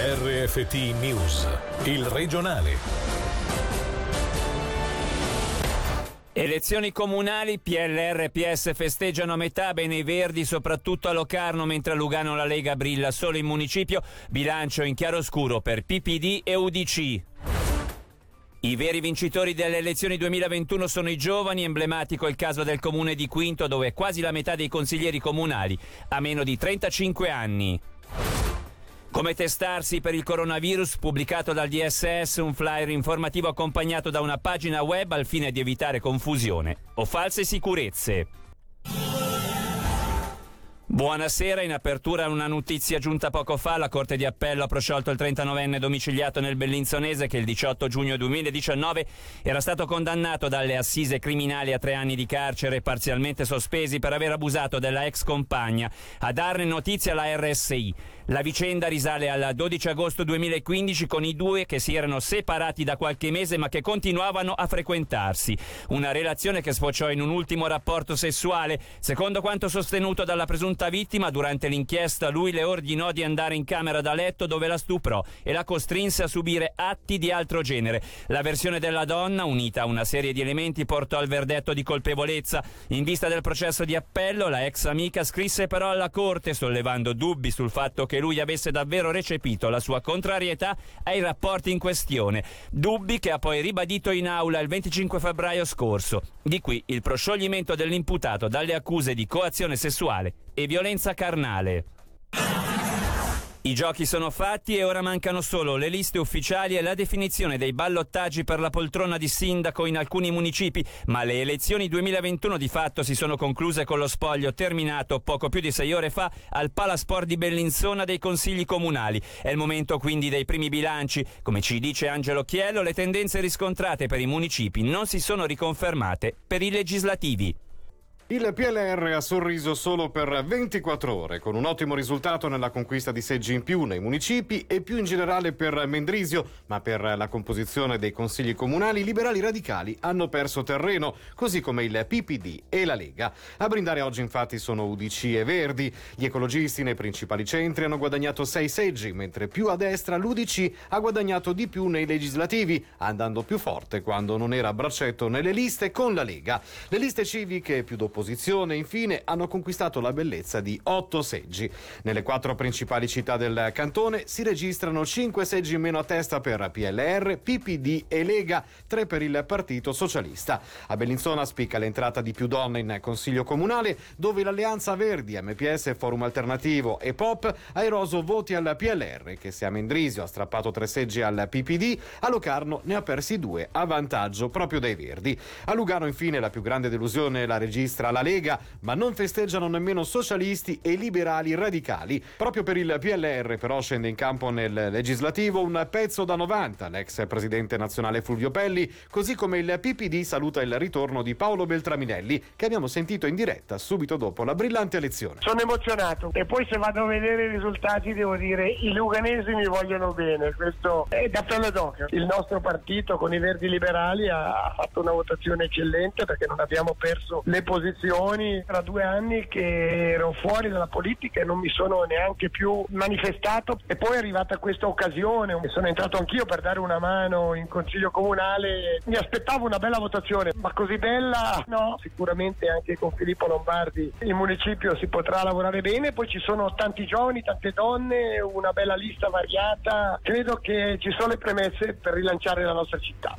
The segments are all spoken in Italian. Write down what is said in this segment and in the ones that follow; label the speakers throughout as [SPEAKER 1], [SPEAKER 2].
[SPEAKER 1] RFT News, il regionale.
[SPEAKER 2] Elezioni comunali, PLR e PS festeggiano a metà, bene i Verdi soprattutto a Locarno, mentre a Lugano la Lega brilla solo in municipio, bilancio in chiaroscuro per PPD e UDC. I veri vincitori delle elezioni 2021 sono i giovani, emblematico il caso del comune di Quinto, dove quasi la metà dei consiglieri comunali ha meno di 35 anni. Come testarsi per il coronavirus, pubblicato dal DSS, un flyer informativo accompagnato da una pagina web al fine di evitare confusione o false sicurezze. Buonasera, in apertura una notizia giunta poco fa. La Corte di Appello ha prosciolto il 39enne domiciliato nel Bellinzonese che il 18 giugno 2019 era stato condannato dalle assise criminali a 3 anni di carcere parzialmente sospesi per aver abusato della ex compagna. A darne notizia la RSI. La vicenda risale al 12 agosto 2015 con i due che si erano separati da qualche mese ma che continuavano a frequentarsi. Una relazione che sfociò in un ultimo rapporto sessuale. Secondo quanto sostenuto dalla presunta vittima, durante l'inchiesta lui le ordinò di andare in camera da letto dove la stuprò e la costrinse a subire atti di altro genere. La versione della donna, unita a una serie di elementi, portò al verdetto di colpevolezza. In vista del processo di appello, la ex amica scrisse però alla Corte sollevando dubbi sul fatto che lui avesse davvero recepito la sua contrarietà ai rapporti in questione. Dubbi che ha poi ribadito in aula il 25 febbraio scorso. Di qui il proscioglimento dell'imputato dalle accuse di coazione sessuale e violenza carnale. I giochi sono fatti e ora mancano solo le liste ufficiali e la definizione dei ballottaggi per la poltrona di sindaco in alcuni municipi, ma le elezioni 2021 di fatto si sono concluse con lo spoglio terminato poco più di 6 ore fa al Palasport di Bellinzona dei consigli comunali. È il momento quindi dei primi bilanci. Come ci dice Angelo Chiello, le tendenze riscontrate per i municipi non si sono riconfermate per i legislativi.
[SPEAKER 3] Il PLR ha sorriso solo per 24 ore, con un ottimo risultato nella conquista di seggi in più nei municipi e più in generale per Mendrisio, ma per la composizione dei consigli comunali i liberali radicali hanno perso terreno, così come il PPD e la Lega. A brindare oggi infatti sono UDC e Verdi. Gli ecologisti nei principali centri hanno guadagnato 6 seggi, mentre più a destra l'UDC ha guadagnato di più nei legislativi, andando più forte quando non era a braccetto nelle liste con la Lega. Le liste civiche più d'opposizione infine hanno conquistato la bellezza di 8 seggi. Nelle 4 principali città del cantone si registrano 5 seggi in meno a testa per PLR, PPD e Lega, 3 per il Partito Socialista. A Bellinzona spicca l'entrata di più donne in Consiglio Comunale, dove l'Alleanza Verdi, MPS, Forum Alternativo e Pop ha eroso voti al PLR, che se a Mendrisio ha strappato 3 seggi al PPD, a Locarno ne ha persi 2 a vantaggio proprio dei Verdi. A Lugano infine la più grande delusione la registra la Lega, ma non festeggiano nemmeno socialisti e liberali radicali. Proprio per il PLR però scende in campo nel legislativo un pezzo da 90, l'ex presidente nazionale Fulvio Pelli, così come il PPD saluta il ritorno di Paolo Beltraminelli, che abbiamo sentito in diretta subito dopo la brillante elezione.
[SPEAKER 4] Sono emozionato e poi se vado a vedere i risultati devo dire i luganesi mi vogliono bene, questo è da pelle d'oca. Il nostro partito con i Verdi Liberali ha fatto una votazione eccellente perché non abbiamo perso le posizioni. Tra 2 anni che ero fuori dalla politica e non mi sono neanche più manifestato, e poi è arrivata questa occasione e sono entrato anch'io per dare una mano in consiglio comunale. Mi aspettavo una bella votazione, ma così bella no. Sicuramente anche con Filippo Lombardi in municipio si potrà lavorare bene, poi ci sono tanti giovani, tante donne, una bella lista variata. Credo che ci sono le premesse per rilanciare la nostra città.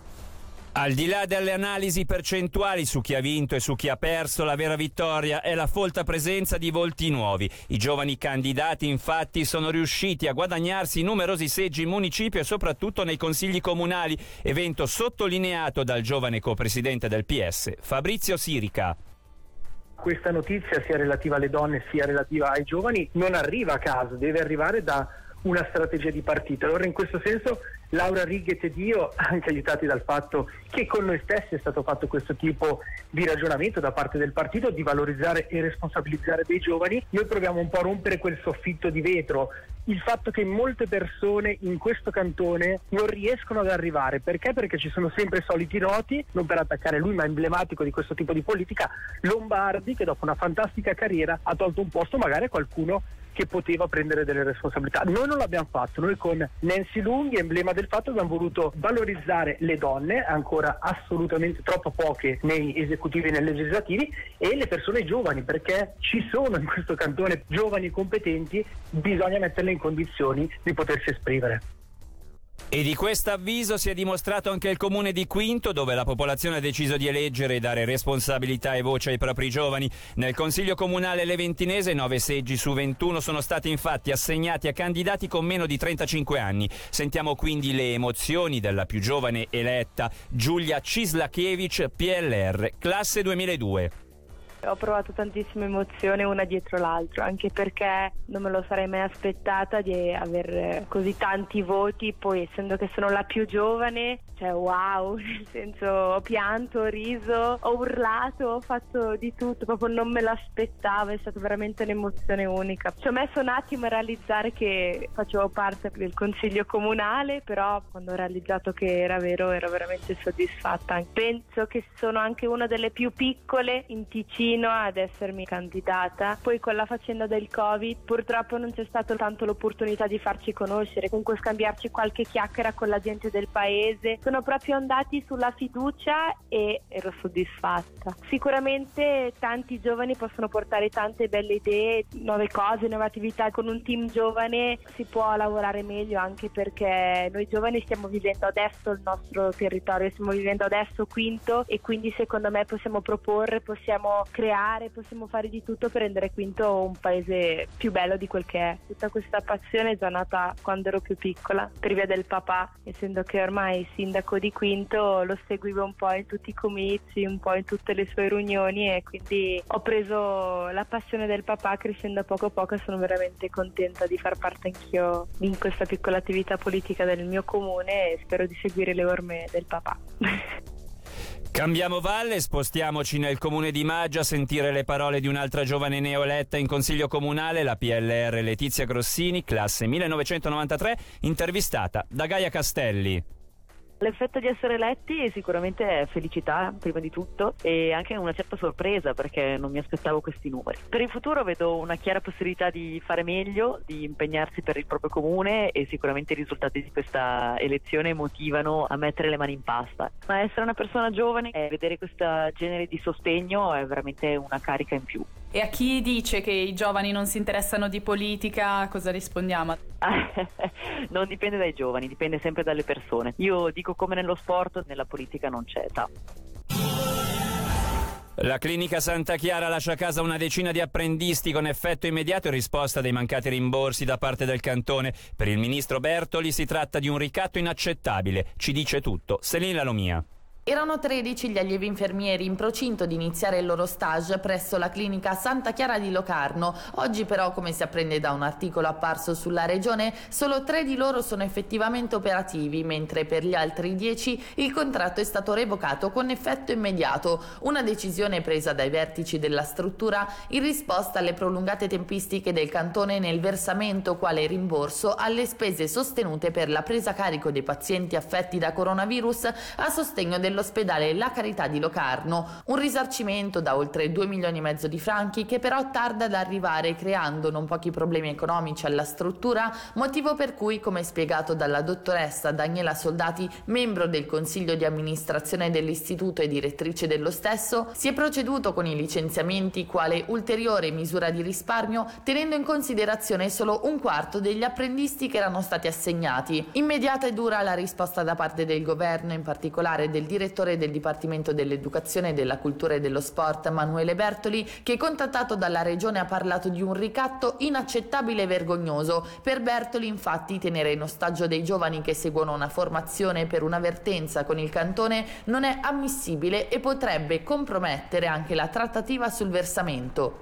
[SPEAKER 2] Al di là delle analisi percentuali su chi ha vinto e su chi ha perso, la vera vittoria è la folta presenza di volti nuovi. I giovani candidati infatti sono riusciti a guadagnarsi numerosi seggi in municipio e soprattutto nei consigli comunali, evento sottolineato dal giovane copresidente del PS, Fabrizio Sirica.
[SPEAKER 5] Questa notizia, sia relativa alle donne sia relativa ai giovani, non arriva a caso, deve arrivare da una strategia di partito. Allora in questo senso Laura Righet ed io, anche aiutati dal fatto che con noi stessi è stato fatto questo tipo di ragionamento da parte del partito di valorizzare e responsabilizzare dei giovani, noi proviamo un po' a rompere quel soffitto di vetro, il fatto che molte persone in questo cantone non riescono ad arrivare. Perché? Perché ci sono sempre i soliti noti, non per attaccare lui ma emblematico di questo tipo di politica, Lombardi, che dopo una fantastica carriera ha tolto un posto magari a qualcuno che poteva prendere delle responsabilità. Noi non l'abbiamo fatto, noi con Nancy Lunghi, emblema del fatto, abbiamo voluto valorizzare le donne, ancora assolutamente troppo poche nei esecutivi e nei legislativi, e le persone giovani, perché ci sono in questo cantone giovani e competenti, bisogna metterle in condizioni di potersi esprimere.
[SPEAKER 2] E di questo avviso si è dimostrato anche il comune di Quinto, dove la popolazione ha deciso di eleggere e dare responsabilità e voce ai propri giovani. Nel consiglio comunale leventinese 9 seggi su 21 sono stati infatti assegnati a candidati con meno di 35 anni. Sentiamo quindi le emozioni della più giovane eletta, Giulia Cislakevich, PLR, classe 2002.
[SPEAKER 6] Ho provato tantissime emozioni una dietro l'altra, anche perché non me lo sarei mai aspettata di aver così tanti voti, poi essendo che sono la più giovane, cioè wow, nel senso ho pianto, ho riso, ho urlato, ho fatto di tutto, proprio non me l'aspettavo, è stata veramente un'emozione unica. Ci ho messo un attimo a realizzare che facevo parte del consiglio comunale, però quando ho realizzato che era vero ero veramente soddisfatta. Penso che sono anche una delle più piccole in Ticino ad essermi candidata. Poi con la faccenda del Covid purtroppo non c'è stata tanto l'opportunità di farci conoscere, comunque scambiarci qualche chiacchiera con la gente del paese. Sono proprio andati sulla fiducia e ero soddisfatta. Sicuramente tanti giovani possono portare tante belle idee, nuove cose, nuove attività. Con un team giovane si può lavorare meglio, anche perché noi giovani stiamo vivendo adesso il nostro territorio, stiamo vivendo adesso Quinto, e quindi secondo me possiamo proporre, possiamo creare, possiamo fare di tutto per rendere Quinto un paese più bello di quel che è. Tutta questa passione è già nata quando ero più piccola, per via del papà, essendo che ormai sindaco di Quinto lo seguivo un po' in tutti i comizi, un po' in tutte le sue riunioni, e quindi ho preso la passione del papà crescendo a poco e sono veramente contenta di far parte anch'io in questa piccola attività politica del mio comune e spero di seguire le orme del papà.
[SPEAKER 2] Cambiamo valle, spostiamoci nel comune di Maggia a sentire le parole di un'altra giovane neoeletta in consiglio comunale, la PLR Letizia Grossini, classe 1993, intervistata da Gaia Castelli.
[SPEAKER 7] L'effetto di essere eletti sicuramente è felicità, prima di tutto, e anche una certa sorpresa, perché non mi aspettavo questi numeri. Per il futuro vedo una chiara possibilità di fare meglio, di impegnarsi per il proprio comune, e sicuramente i risultati di questa elezione motivano a mettere le mani in pasta. Ma essere una persona giovane e vedere questo genere di sostegno è veramente una carica in più.
[SPEAKER 8] E a chi dice che i giovani non si interessano di politica, cosa rispondiamo?
[SPEAKER 7] Non dipende dai giovani, dipende sempre dalle persone. Io dico, come nello sport, nella politica non c'è età.
[SPEAKER 2] La clinica Santa Chiara lascia a casa una decina di apprendisti con effetto immediato in risposta dei mancati rimborsi da parte del cantone. Per il ministro Bertoli si tratta di un ricatto inaccettabile. Ci dice tutto Selina Lomia.
[SPEAKER 9] Erano 13 gli allievi infermieri in procinto di iniziare il loro stage presso la clinica Santa Chiara di Locarno. Oggi però, come si apprende da un articolo apparso sulla regione, solo 3 di loro sono effettivamente operativi, mentre per gli altri 10 il contratto è stato revocato con effetto immediato. Una decisione presa dai vertici della struttura in risposta alle prolungate tempistiche del cantone nel versamento quale rimborso alle spese sostenute per la presa a carico dei pazienti affetti da coronavirus a sostegno dell'ospedale La Carità di Locarno, un risarcimento da oltre 2,5 milioni di franchi che però tarda ad arrivare, creando non pochi problemi economici alla struttura, motivo per cui, come spiegato dalla dottoressa Daniela Soldati, membro del consiglio di amministrazione dell'istituto e direttrice dello stesso, si è proceduto con i licenziamenti quale ulteriore misura di risparmio, tenendo in considerazione solo un quarto degli apprendisti che erano stati assegnati. Immediata e dura la risposta da parte del governo, in particolare del direttore del Dipartimento dell'Educazione, della Cultura e dello Sport Manuele Bertoli, che contattato dalla regione ha parlato di un ricatto inaccettabile e vergognoso. Per Bertoli, infatti, tenere in ostaggio dei giovani che seguono una formazione per una vertenza con il cantone non è ammissibile e potrebbe compromettere anche la trattativa sul versamento.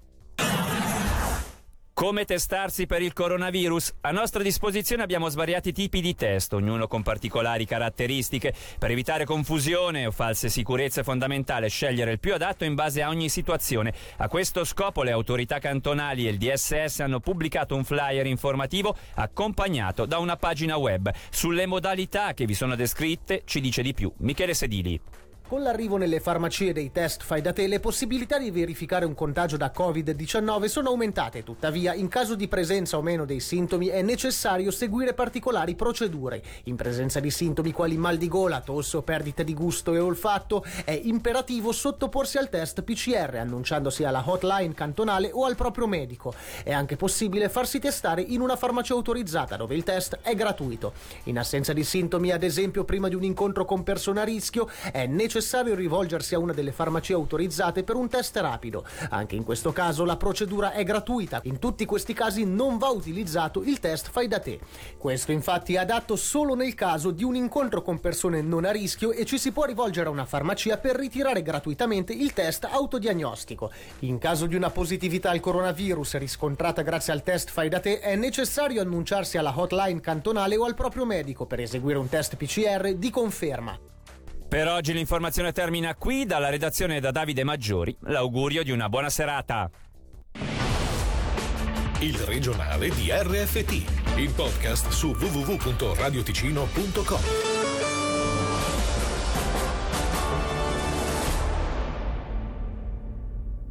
[SPEAKER 2] Come testarsi per il coronavirus? A nostra disposizione abbiamo svariati tipi di test, ognuno con particolari caratteristiche. Per evitare confusione o false sicurezze è fondamentale scegliere il più adatto in base a ogni situazione. A questo scopo le autorità cantonali e il DSS hanno pubblicato un flyer informativo accompagnato da una pagina web. Sulle modalità che vi sono descritte ci dice di più Michele Sedili.
[SPEAKER 10] Con l'arrivo nelle farmacie dei test fai da te, le possibilità di verificare un contagio da Covid-19 sono aumentate. Tuttavia, in caso di presenza o meno dei sintomi, è necessario seguire particolari procedure. In presenza di sintomi quali mal di gola, tosse o perdita di gusto e olfatto, è imperativo sottoporsi al test PCR, annunciandosi alla hotline cantonale o al proprio medico. È anche possibile farsi testare in una farmacia autorizzata, dove il test è gratuito. In assenza di sintomi, ad esempio prima di un incontro con persone a rischio, è necessario rivolgersi a una delle farmacie autorizzate per un test rapido. Anche in questo caso la procedura è gratuita. In tutti questi casi non va utilizzato il test fai da te. Questo infatti è adatto solo nel caso di un incontro con persone non a rischio e ci si può rivolgere a una farmacia per ritirare gratuitamente il test autodiagnostico. In caso di una positività al coronavirus riscontrata grazie al test fai da te, è necessario annunciarsi alla hotline cantonale o al proprio medico per eseguire un test PCR di conferma.
[SPEAKER 2] Per oggi l'informazione termina qui. Dalla redazione da Davide Maggiori l'augurio di una buona serata.
[SPEAKER 1] Il regionale di RFT, il podcast su www.radioticino.com.